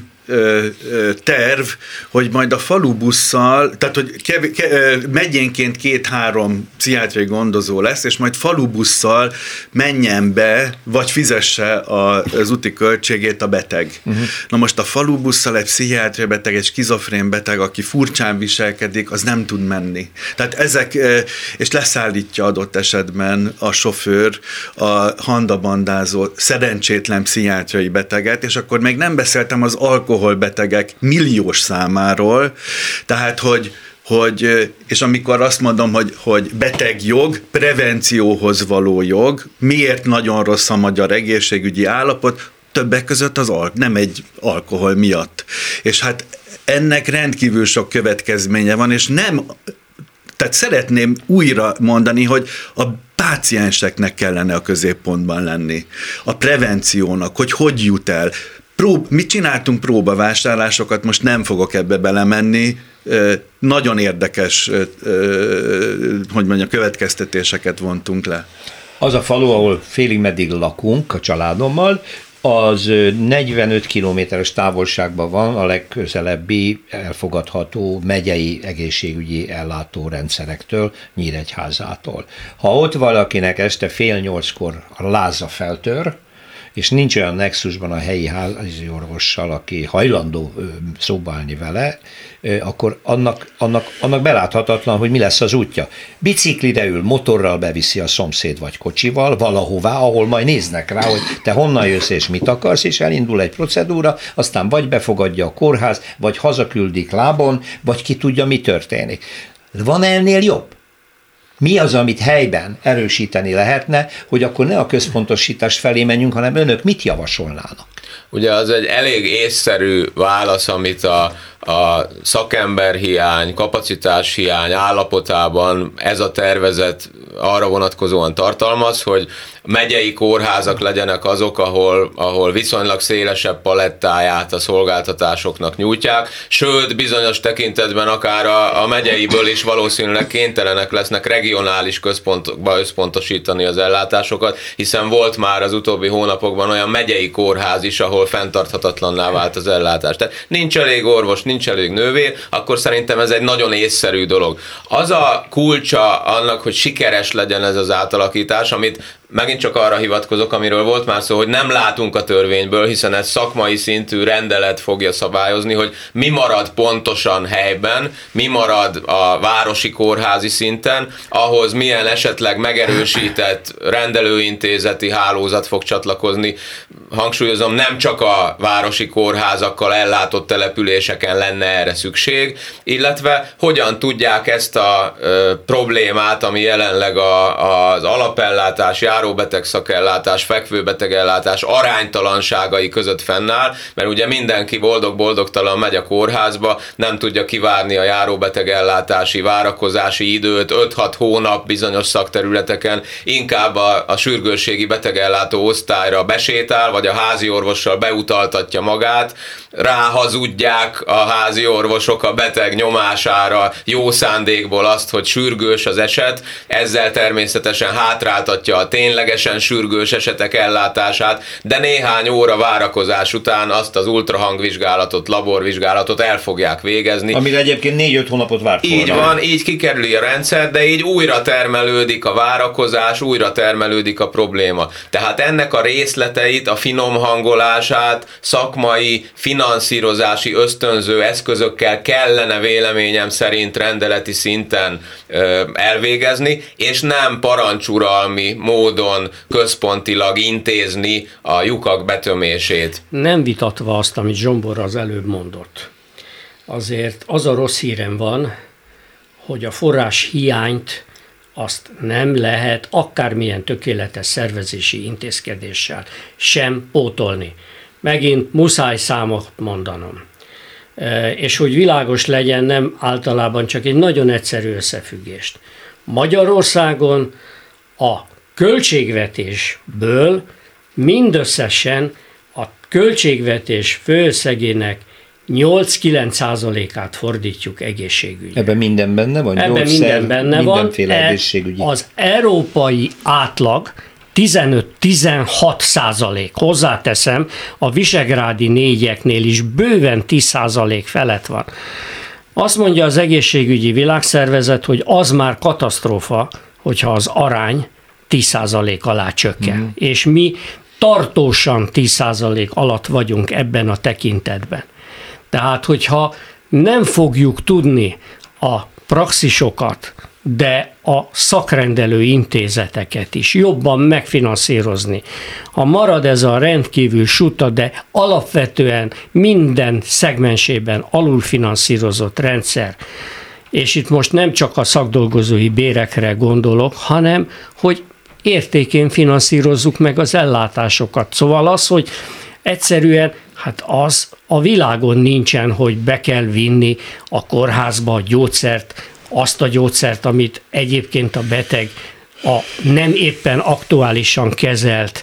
terv, hogy majd a falubusszal, tehát hogy kev, ke, megyénként két-három pszichiátriai gondozó lesz, és majd falubusszal menjen be, vagy fizesse az úti költségét a beteg. Uh-huh. Na most a falubusszal egy pszichiátriai beteg, egy skizofrén beteg, aki furcsán viselkedik, az nem tud menni. Tehát ezek, és leszállítja adott esetben a sofőr a handabandázó szerencsétlen pszichiátriai beteget, és akkor még nem beszéltem az alkohol alkoholbetegek milliós számáról, tehát, hogy, hogy és amikor azt mondom, hogy, hogy betegjog, prevencióhoz való jog, miért nagyon rossz a magyar egészségügyi állapot, többek között az al- nem egy alkohol miatt. És hát ennek rendkívül sok következménye van, és nem, tehát szeretném újra mondani, hogy a pácienseknek kellene a középpontban lenni, a prevenciónak, hogy hogy jut el. Prób, mit csináltunk próbavásárlásokat, most nem fogok ebbe belemenni, nagyon érdekes, hogy mondjam, következtetéseket vontunk le. Az a falu, ahol félig meddig lakunk a családommal, az negyvenöt kilométeres távolságban van a legközelebbi elfogadható megyei egészségügyi ellátórendszerektől, Nyíregyházától. Ha ott valakinek este fél nyolckor a láza feltör, és nincs olyan nexusban a helyi házi orvossal, aki hajlandó szóba állni vele, akkor annak, annak, annak beláthatatlan, hogy mi lesz az útja. Biciklire ül, motorral beviszi a szomszéd vagy kocsival valahová, ahol majd néznek rá, hogy te honnan jössz és mit akarsz, és elindul egy procedúra, aztán vagy befogadja a kórház, vagy hazaküldik lábon, vagy ki tudja, mi történik. Van ennél jobb? Mi az, amit helyben erősíteni lehetne, hogy akkor ne a központosítás felé menjünk, hanem önök mit javasolnának? Ugye az egy elég észszerű válasz, amit a, a szakemberhiány, kapacitáshiány állapotában ez a tervezet arra vonatkozóan tartalmaz, hogy megyei kórházak legyenek azok, ahol, ahol viszonylag szélesebb palettáját a szolgáltatásoknak nyújtják, sőt, bizonyos tekintetben akár a, a megyeiből is valószínűleg kénytelenek lesznek regionális központokba összpontosítani az ellátásokat, hiszen volt már az utóbbi hónapokban olyan megyei kórház is, ahol fenntarthatatlanná vált az ellátás. Tehát nincs elég orvos, nincs elég nővér, akkor szerintem ez egy nagyon észszerű dolog. Az a kulcsa annak, hogy sikeres legyen ez az átalakítás, amit megint csak arra hivatkozok, amiről volt már szó, hogy nem látunk a törvényből, hiszen ez szakmai szintű rendelet fogja szabályozni, hogy mi marad pontosan helyben, mi marad a városi kórházi szinten, ahhoz milyen esetleg megerősített rendelőintézeti hálózat fog csatlakozni. Hangsúlyozom, nem csak a városi kórházakkal ellátott településeken lenne erre szükség, illetve hogyan tudják ezt a ö, problémát, ami jelenleg a, az alapellátás, járóbeteg szakellátás, fekvőbetegellátás aránytalanságai között fennáll, mert ugye mindenki boldog-boldogtalan megy a kórházba, nem tudja kivárni a járóbetegellátási várakozási időt, öt-hat hónap bizonyos szakterületeken, inkább a, a sürgősségi betegellátó osztályra besétál, vagy a házi orvossal beutaltatja magát, ráhazudják a házi orvosok a beteg nyomására jó szándékból azt, hogy sürgős az eset, ezzel természetesen hátráltatja a ténylegesen sürgős esetek ellátását, de néhány óra várakozás után azt az ultrahangvizsgálatot, laborvizsgálatot el fogják végezni. Amire egyébként négy-öt hónapot várt volna. Így van, így kikerüli a rendszer, de így újra termelődik a várakozás, újra termelődik a probléma. Tehát ennek a részleteit, a finom hangolását, szakmai, finanszírozási ösztönző eszközökkel kellene véleményem szerint rendeleti szinten ö, elvégezni, és nem parancsuralmi módon központilag intézni a lyukak betömését. Nem vitatva azt, amit Zsombor az előbb mondott. Azért az a rossz hírem van, hogy a forrás hiányt azt nem lehet akármilyen tökéletes szervezési intézkedéssel sem pótolni. Megint muszáj számot mondanom. És hogy világos legyen, nem általában csak egy nagyon egyszerű összefüggést. Magyarországon a költségvetésből mindösszesen a költségvetés főösszegének nyolc-kilenc százalékát fordítjuk egészségügyre. Ebben minden benne van? Ebben Gyógyszer, minden benne van. mindenféle egészségügyi. Az európai átlag tizenöt-tizenhat százalék. Hozzáteszem, a visegrádi négyeknél is bőven tíz százalék felett van. Azt mondja az egészségügyi világszervezet, hogy az már katasztrófa, hogyha az arány tíz százalék alá csökken. Mm. És mi tartósan tíz százalék alatt vagyunk ebben a tekintetben. Tehát, hogyha nem fogjuk tudni a praxisokat, de a szakrendelő intézeteket is jobban megfinanszírozni. Ha marad ez a rendkívül suta, de alapvetően minden szegmensében alulfinanszírozott rendszer, és itt most nem csak a szakdolgozói bérekre gondolok, hanem hogy értékén finanszírozzuk meg az ellátásokat. Szóval az, hogy egyszerűen hát az a világon nincsen, hogy be kell vinni a kórházba a gyógyszert, azt a gyógyszert, amit egyébként a beteg a nem éppen aktuálisan kezelt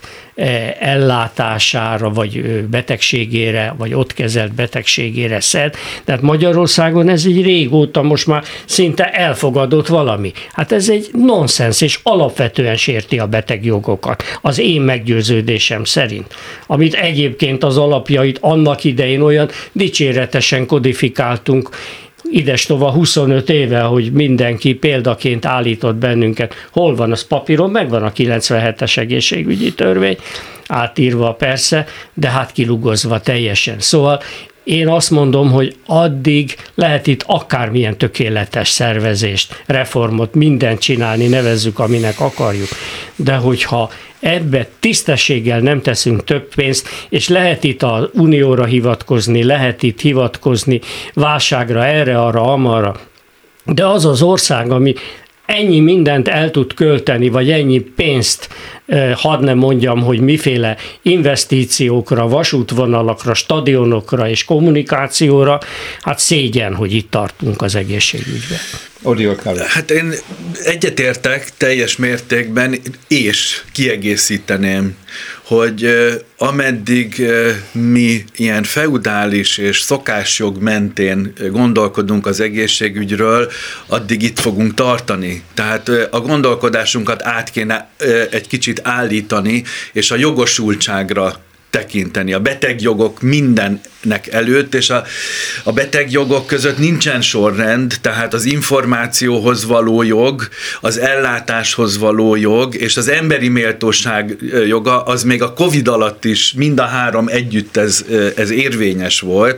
ellátására, vagy betegségére, vagy ott kezelt betegségére szed. Tehát Magyarországon ez egy régóta most már szinte elfogadott valami. Hát ez egy nonsens, és alapvetően sérti a betegjogokat, az én meggyőződésem szerint. Amit egyébként az alapjait annak idején olyan dicséretesen kodifikáltunk, idestova huszonöt éve, hogy mindenki példaként állított bennünket. Hol van az papíron? Megvan a kilencvenhetes egészségügyi törvény, átírva persze, de hát kilugozva teljesen. Szóval én azt mondom, hogy addig lehet itt akármilyen tökéletes szervezést, reformot, mindent csinálni, nevezzük, aminek akarjuk. De hogyha ebbe tisztességgel nem teszünk több pénzt, és lehet itt az unióra hivatkozni, lehet itt hivatkozni válságra, erre, arra, amarra, de az az ország, ami ennyi mindent el tud költeni, vagy ennyi pénzt, hadd ne mondjam, hogy miféle investíciókra, vasútvonalakra, stadionokra és kommunikációra, hát szégyen, hogy itt tartunk az egészségügyben. Hát én egyetértek teljes mértékben, és kiegészíteném, hogy ameddig mi ilyen feudális és szokásjog mentén gondolkodunk az egészségügyről, addig itt fogunk tartani. Tehát a gondolkodásunkat át kéne egy kicsit állítani, és a jogosultságra tekinteni. A betegjogok mindennek előtt, és a, a betegjogok között nincsen sorrend, tehát az információhoz való jog, az ellátáshoz való jog, és az emberi méltóság joga, az még a Covid alatt is mind a három együtt ez, ez érvényes volt.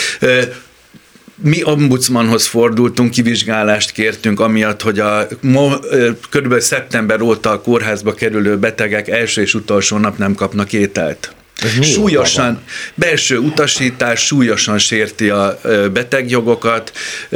Mi ombudsmanhoz fordultunk, kivizsgálást kértünk, amiatt, hogy a körülbelül szeptember óta a kórházba kerülő betegek első és utolsó nap nem kapnak ételt. Súlyosan, belső utasítás súlyosan sérti a betegjogokat,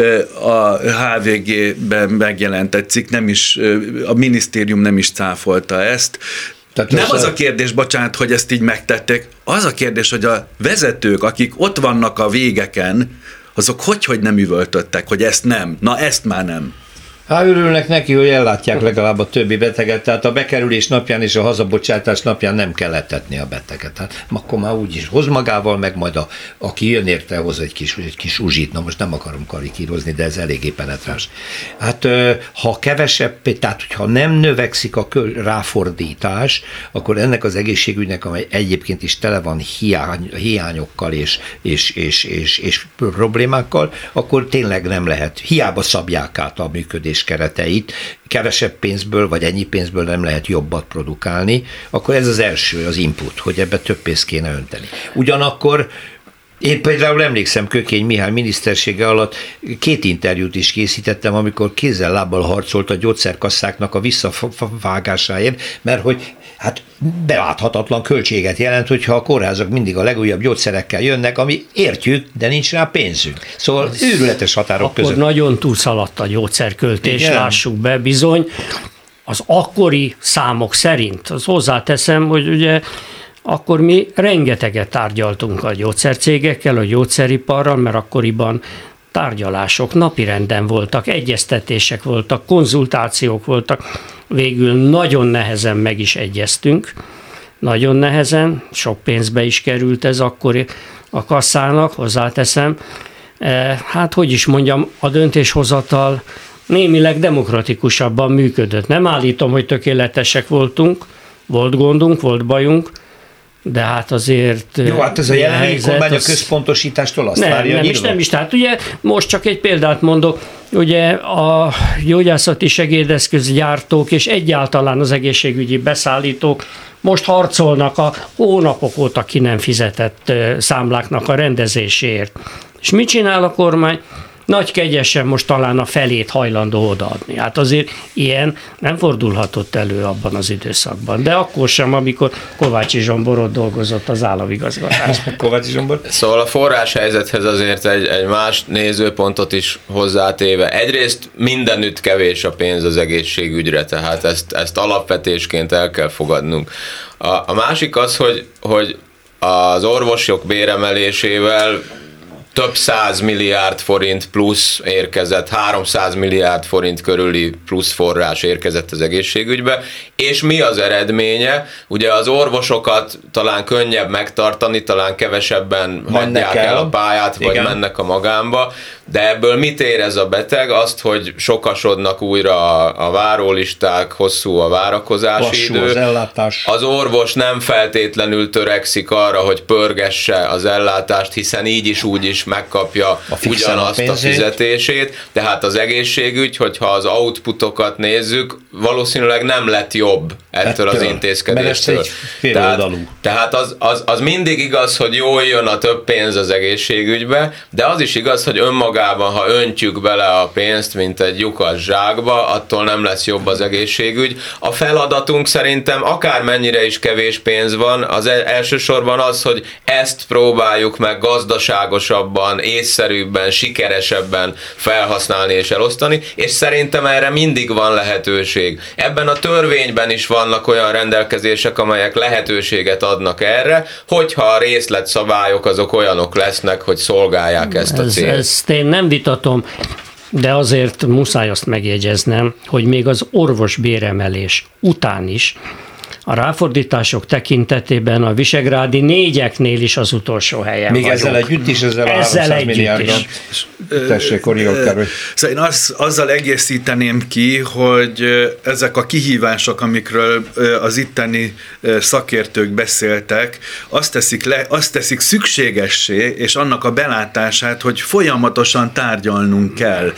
a há vé gében megjelentett cikk, nem is, a minisztérium nem is cáfolta ezt. Tehát nem az a kérdés, bocsánat, hogy ezt így megtették, az a kérdés, hogy a vezetők, akik ott vannak a végeken, azok hogy, hogy nem üvöltöttek, hogy ezt nem, na ezt már nem. Hát örülnek neki, hogy ellátják legalább a többi beteget, tehát a bekerülés napján és a hazabocsátás napján nem kell etetni a beteget. Hát akkor már úgyis hoz magával, meg majd a, aki jön érte, hoz egy kis, egy kis uzsit, na most nem akarom karikírozni, de ez eléggé penetráns. Hát ha kevesebb, tehát hogyha nem növekszik a ráfordítás, akkor ennek az egészségügynek, amely egyébként is tele van hiány, hiányokkal és, és, és, és, és problémákkal, akkor tényleg nem lehet. Hiába szabják át a működés kereteit, kevesebb pénzből, vagy ennyi pénzből nem lehet jobbat produkálni, akkor ez az első, az input, hogy ebbe több pénzt kéne önteni. Ugyanakkor én például emlékszem, Kökény Mihály minisztersége alatt két interjút is készítettem, amikor kézzel-lábbal harcolt a gyógyszerkasszáknak a visszavágásáért, mert hogy hát beláthatatlan költséget jelent, hogyha a kórházak mindig a legújabb gyógyszerekkel jönnek, ami értjük, de nincs rá pénzünk. Szóval az őrületes határok akkor között. Akkor nagyon túlszaladt a gyógyszerköltés, igen, lássuk be, bizony. Az akkori számok szerint, az hozzáteszem, hogy ugye akkor mi rengeteget tárgyaltunk a gyógyszercégekkel, a gyógyszeriparral, mert akkoriban tárgyalások napirenden voltak, egyeztetések voltak, konzultációk voltak, végül nagyon nehezen meg is egyeztünk, nagyon nehezen, sok pénzbe is került ez akkor a kasszának, hozzáteszem. Hát, hogy is mondjam, a döntéshozatal némileg demokratikusabban működött. Nem állítom, hogy tökéletesek voltunk, volt gondunk, volt bajunk, de hát azért... Jó, hát ez a jelenlegi kormány a központosítástól azt nem, várja nem, és nem is. Tehát ugye most csak egy példát mondok, ugye a gyógyászati segédeszközgyártók és egyáltalán az egészségügyi beszállítók most harcolnak a hónapok óta ki nem fizetett számláknak a rendezéséért. És mit csinál a kormány? Nagy kegyesen most talán a felét hajlandó odaadni. Hát azért ilyen nem fordulhatott elő abban az időszakban. De akkor sem, amikor Kovácsi Zsombor ott dolgozott az államigazgatásban. Kovácsi Zsombor? Szóval a forráshelyzethez azért egy, egy más nézőpontot is hozzátéve. Egyrészt mindenütt kevés a pénz az egészségügyre, tehát ezt, ezt alapvetésként el kell fogadnunk. A, a másik az, hogy, hogy az orvosok béremelésével több száz milliárd forint plusz érkezett, háromszáz milliárd forint körüli plusz forrás érkezett az egészségügybe, és mi az eredménye? Ugye az orvosokat talán könnyebb megtartani, talán kevesebben mennek hagyják el. el a pályát, vagy igen, mennek a magánba, de ebből mit érez a beteg? Azt, hogy sokasodnak újra a, a várólisták, hosszú a várakozási Lassú idő. Az ellátás. Az orvos nem feltétlenül törekszik arra, hogy pörgesse az ellátást, hiszen így is úgy is megkapja a ugyanazt a, a fizetését, tehát az egészségügy, hogyha az outputokat nézzük, valószínűleg nem lett jobb ettől, ettől az intézkedéstől. Tehát, tehát az, az, az mindig igaz, hogy jól jön a több pénz az egészségügybe, de az is igaz, hogy önmagában, ha öntjük bele a pénzt, mint egy lyukas zsákba, attól nem lesz jobb az egészségügy. A feladatunk szerintem akármennyire is kevés pénz van, az elsősorban az, hogy ezt próbáljuk meg gazdaságosabban, észszerűbben, sikeresebben felhasználni és elosztani, és szerintem erre mindig van lehetőség. Ebben a törvényben is vannak olyan rendelkezések, amelyek lehetőséget adnak erre, hogyha a részletszabályok azok olyanok lesznek, hogy szolgálják ezt a célt. Ez, ezt én nem vitatom, de azért muszáj azt megjegyeznem, hogy még az orvosbéremelés után is a ráfordítások tekintetében a visegrádi négyeknél is az utolsó helyen Még vagyunk. ezzel együtt is, ezzel, ezzel a háromszáz milliárdal. Tessék, Oriol. Szóval én az, azzal egészíteném ki, hogy ezek a kihívások, amikről az itteni szakértők beszéltek, azt teszik, le, azt teszik szükségessé, és annak a belátását, hogy folyamatosan tárgyalnunk kell.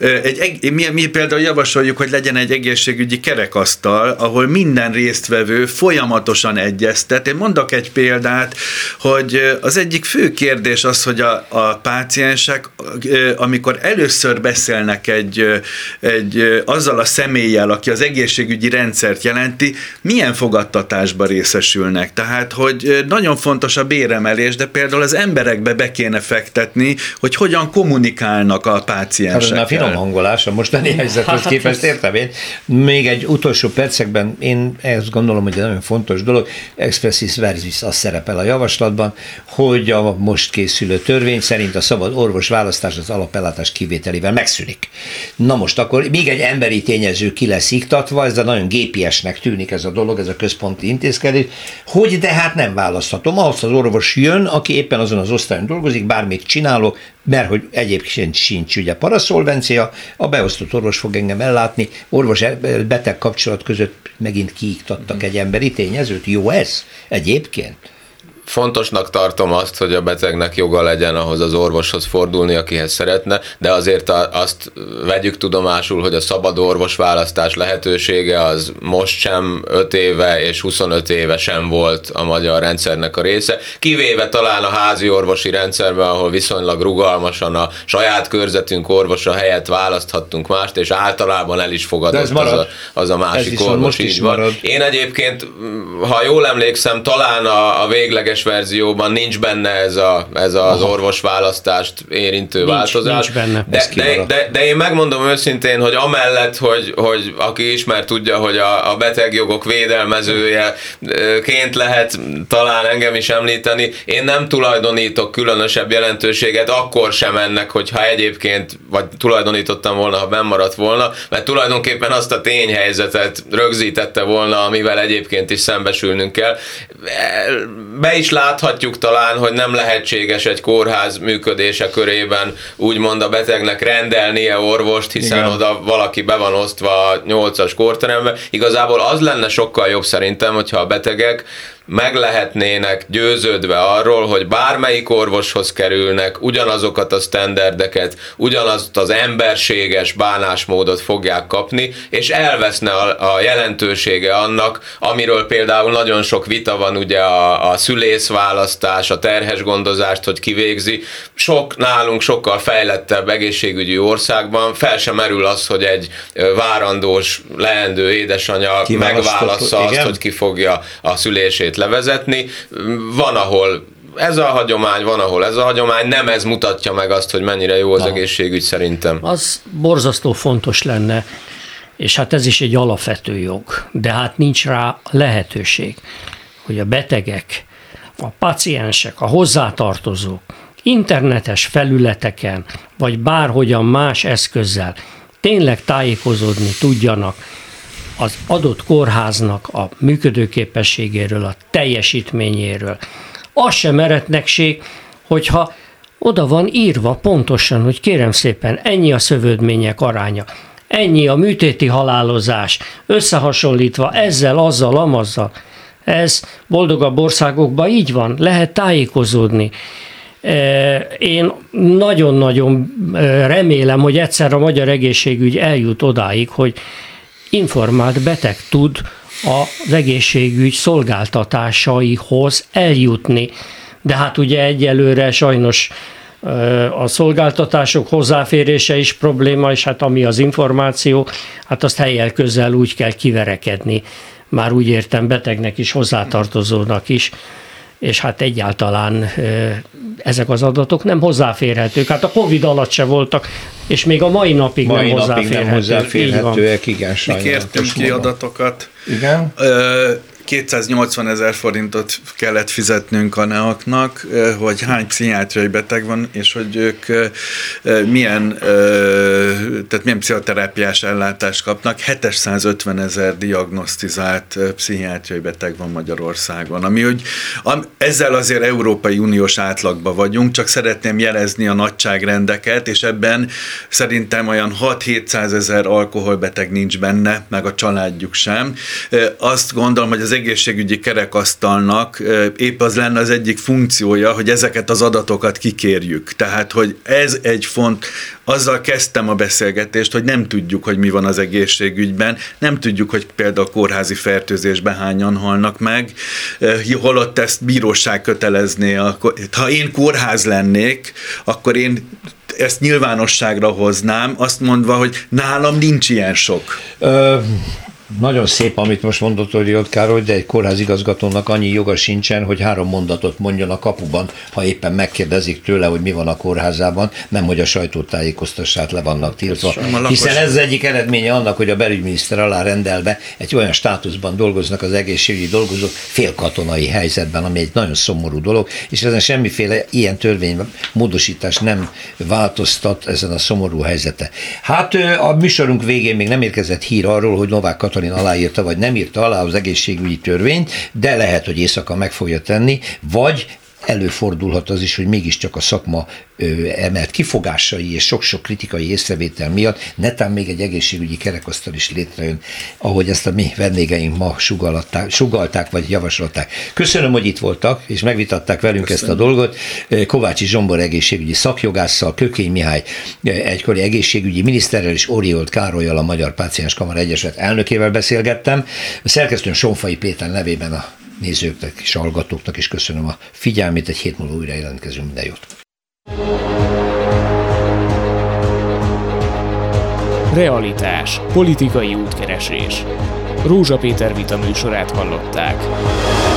Egy, mi, mi például javasoljuk, hogy legyen egy egészségügyi kerekasztal, ahol minden résztvevő folyamatosan egyeztet. Én mondok egy példát, hogy az egyik fő kérdés az, hogy a, a páciensek, amikor először beszélnek egy, egy, azzal a személlyel, aki az egészségügyi rendszert jelenti, milyen fogadtatásba részesülnek. Tehát, hogy nagyon fontos a béremelés, de például az emberekbe be kéne fektetni, hogy hogyan kommunikálnak a páciensekkel. Hát, a finom hangolás a mostani helyzethez hát, képest értem én. Még egy utolsó percekben én ezt gondolom, hogy egy nagyon fontos dolog, expressis verbis az szerepel a javaslatban, hogy a most készülő törvény szerint a szabad orvos választás az alapellátás kivételével megszűnik. Na most akkor még egy emberi tényező ki lesz iktatva, ez a nagyon gépiesnek tűnik ez a dolog, ez a központi intézkedés, hogy de hát nem választhatom. Ahhoz az orvos jön, aki éppen azon az osztályon dolgozik, bármit csinálok, mert hogy egyébként sincs ugye paraszolvencia, a beosztott orvos fog engem ellátni, orvos-beteg kapcsolat között megint kiiktattak egy emberi tényezőt. Jó ez egyébként? Fontosnak tartom azt, hogy a betegnek joga legyen ahhoz az orvoshoz fordulni, akihez szeretne, de azért azt vegyük tudomásul, hogy a szabad orvosválasztás lehetősége az most sem öt éve és huszonöt éve sem volt a magyar rendszernek a része, kivéve talán a házi orvosi rendszerben, ahol viszonylag rugalmasan a saját körzetünk orvosa helyett választhattunk mást, és általában el is fogadott az a, az a másik orvos, így van. Marad. Én egyébként, ha jól emlékszem, talán a, a végleges verzióban nincs benne ez, a, ez az orvosválasztást érintő nincs, változás. Nincs benne. De, de, de, de én megmondom őszintén, hogy amellett, hogy, hogy aki ismer tudja, hogy a, a betegjogok védelmezőjeként lehet talán engem is említeni, én nem tulajdonítok különösebb jelentőséget akkor sem ennek, hogyha egyébként, vagy tulajdonítottam volna, ha benn maradt volna, mert tulajdonképpen azt a tényhelyzetet rögzítette volna, amivel egyébként is szembesülnünk kell. Be is láthatjuk talán, hogy nem lehetséges egy kórház működése körében úgymond a betegnek rendelnie orvost, hiszen igen, oda valaki be van osztva a nyolcas kórterembe. Igazából az lenne sokkal jobb szerintem, hogyha a betegek meg lehetnének győződve arról, hogy bármelyik orvoshoz kerülnek, ugyanazokat a sztenderdeket, ugyanazt az emberséges bánásmódot fogják kapni, és elveszne a, a jelentősége annak, amiről például nagyon sok vita van, ugye a, a szülészválasztás, a terhes gondozást, hogy kivégzi. Sok nálunk sokkal fejlettebb egészségügyi országban fel sem merül az, hogy egy várandós, leendő édesanyja megválassza azt, hogy ki fogja a szülését levezetni. Van, ahol ez a hagyomány, van, ahol ez a hagyomány, nem ez mutatja meg azt, hogy mennyire jó az Na. egészségügy szerintem. Az borzasztó fontos lenne, és hát ez is egy alapvető jog, de hát nincs rá lehetőség, hogy a betegek, a paciensek, a hozzátartozók internetes felületeken, vagy bárhogyan más eszközzel tényleg tájékozódni tudjanak az adott kórháznak a működőképességéről, a teljesítményéről. Az sem eretnekség, hogyha oda van írva pontosan, hogy kérem szépen, ennyi a szövődmények aránya, ennyi a műtéti halálozás, összehasonlítva ezzel, azzal, amazzal. Ez boldogabb országokban így van, lehet tájékozódni. Én nagyon-nagyon remélem, hogy egyszer a magyar egészségügy eljut odáig, hogy informált beteg tud az egészségügy szolgáltatásaihoz eljutni. De hát ugye egyelőre sajnos a szolgáltatások hozzáférése is probléma, és hát ami az információ, hát azt helyel közel úgy kell kiverekedni. Már úgy értem, betegnek is, hozzátartozónak is, és hát egyáltalán ezek az adatok nem hozzáférhetők. Hát a Covid alatt se voltak, és még a mai napig mai nem hozzáférhetőek. Nem hozzáférhetőek, igen, sajnálatos. Mi kértünk ki adatokat. Igen. kétszáznyolcvan ezer forintot kellett fizetnünk a neaknak, hogy hány pszichiátriai beteg van, és hogy ők milyen, tehát milyen pszichoterápiás ellátást kapnak. hétszázötven ezer diagnosztizált pszichiátriai beteg van Magyarországon, ami hogy ezzel azért Európai Uniós átlagban vagyunk, csak szeretném jelezni a nagyságrendeket, és ebben szerintem olyan hat-hétszázezer alkoholbeteg nincs benne, meg a családjuk sem. Azt gondolom, hogy az egészségügyi kerekasztalnak épp az lenne az egyik funkciója, hogy ezeket az adatokat kikérjük. Tehát, hogy ez egy font, azzal kezdtem a beszélgetést, hogy nem tudjuk, hogy mi van az egészségügyben, nem tudjuk, hogy például kórházi fertőzésben hányan halnak meg, holott ezt bíróság kötelezné. Ha én kórház lennék, akkor én ezt nyilvánosságra hoznám, azt mondva, hogy nálam nincs ilyen sok. Ö, nagyon szép, amit most mondott Oriott Károly, de egy kórházigazgatónak annyi joga sincsen, hogy három mondatot mondjon a kapuban, ha éppen megkérdezik tőle, hogy mi van a kórházában, nem hogy a sajtótájékoztassát le vannak tiltva. Hiszen ez az egyik eredménye annak, hogy a belügyminiszter alá rendelve egy olyan státuszban dolgoznak az egészségügyi dolgozók félkatonai helyzetben, ami egy nagyon szomorú dolog, és ezen semmiféle ilyen törvénymódosítás nem változtat ezen a szomorú helyzete. Hát a műsorunk végén még nem érkezett hír arról, hogy Novák Katalin aláírta, vagy nem írta alá az egészségügyi törvényt, de lehet, hogy éjszaka meg fogja tenni, vagy előfordulhat az is, hogy mégiscsak a szakma ö, emelt kifogásai és sok-sok kritikai észrevétel miatt netán még egy egészségügyi kerekasztal is létrejön, ahogy ezt a mi vendégeink ma sugallták vagy javasolták. Köszönöm, hogy itt voltak, és megvitatták velünk Köszönöm. ezt a dolgot. Kovácsi Zsombor egészségügyi szakjogásszal, Kökény Mihály egykori egészségügyi miniszterrel és Oriott Károllyal, a Magyar Páciens Kamara Egyesület elnökével beszélgettem. A szerkesztőn Sonfai Péter nevében a nézőknek és hallgatóknak is köszönöm a figyelmét, egy hét múlva újra jelentkezünk, minden jót! Realitás, politikai útkeresés. Rózsa Péter vita műsorát hallották.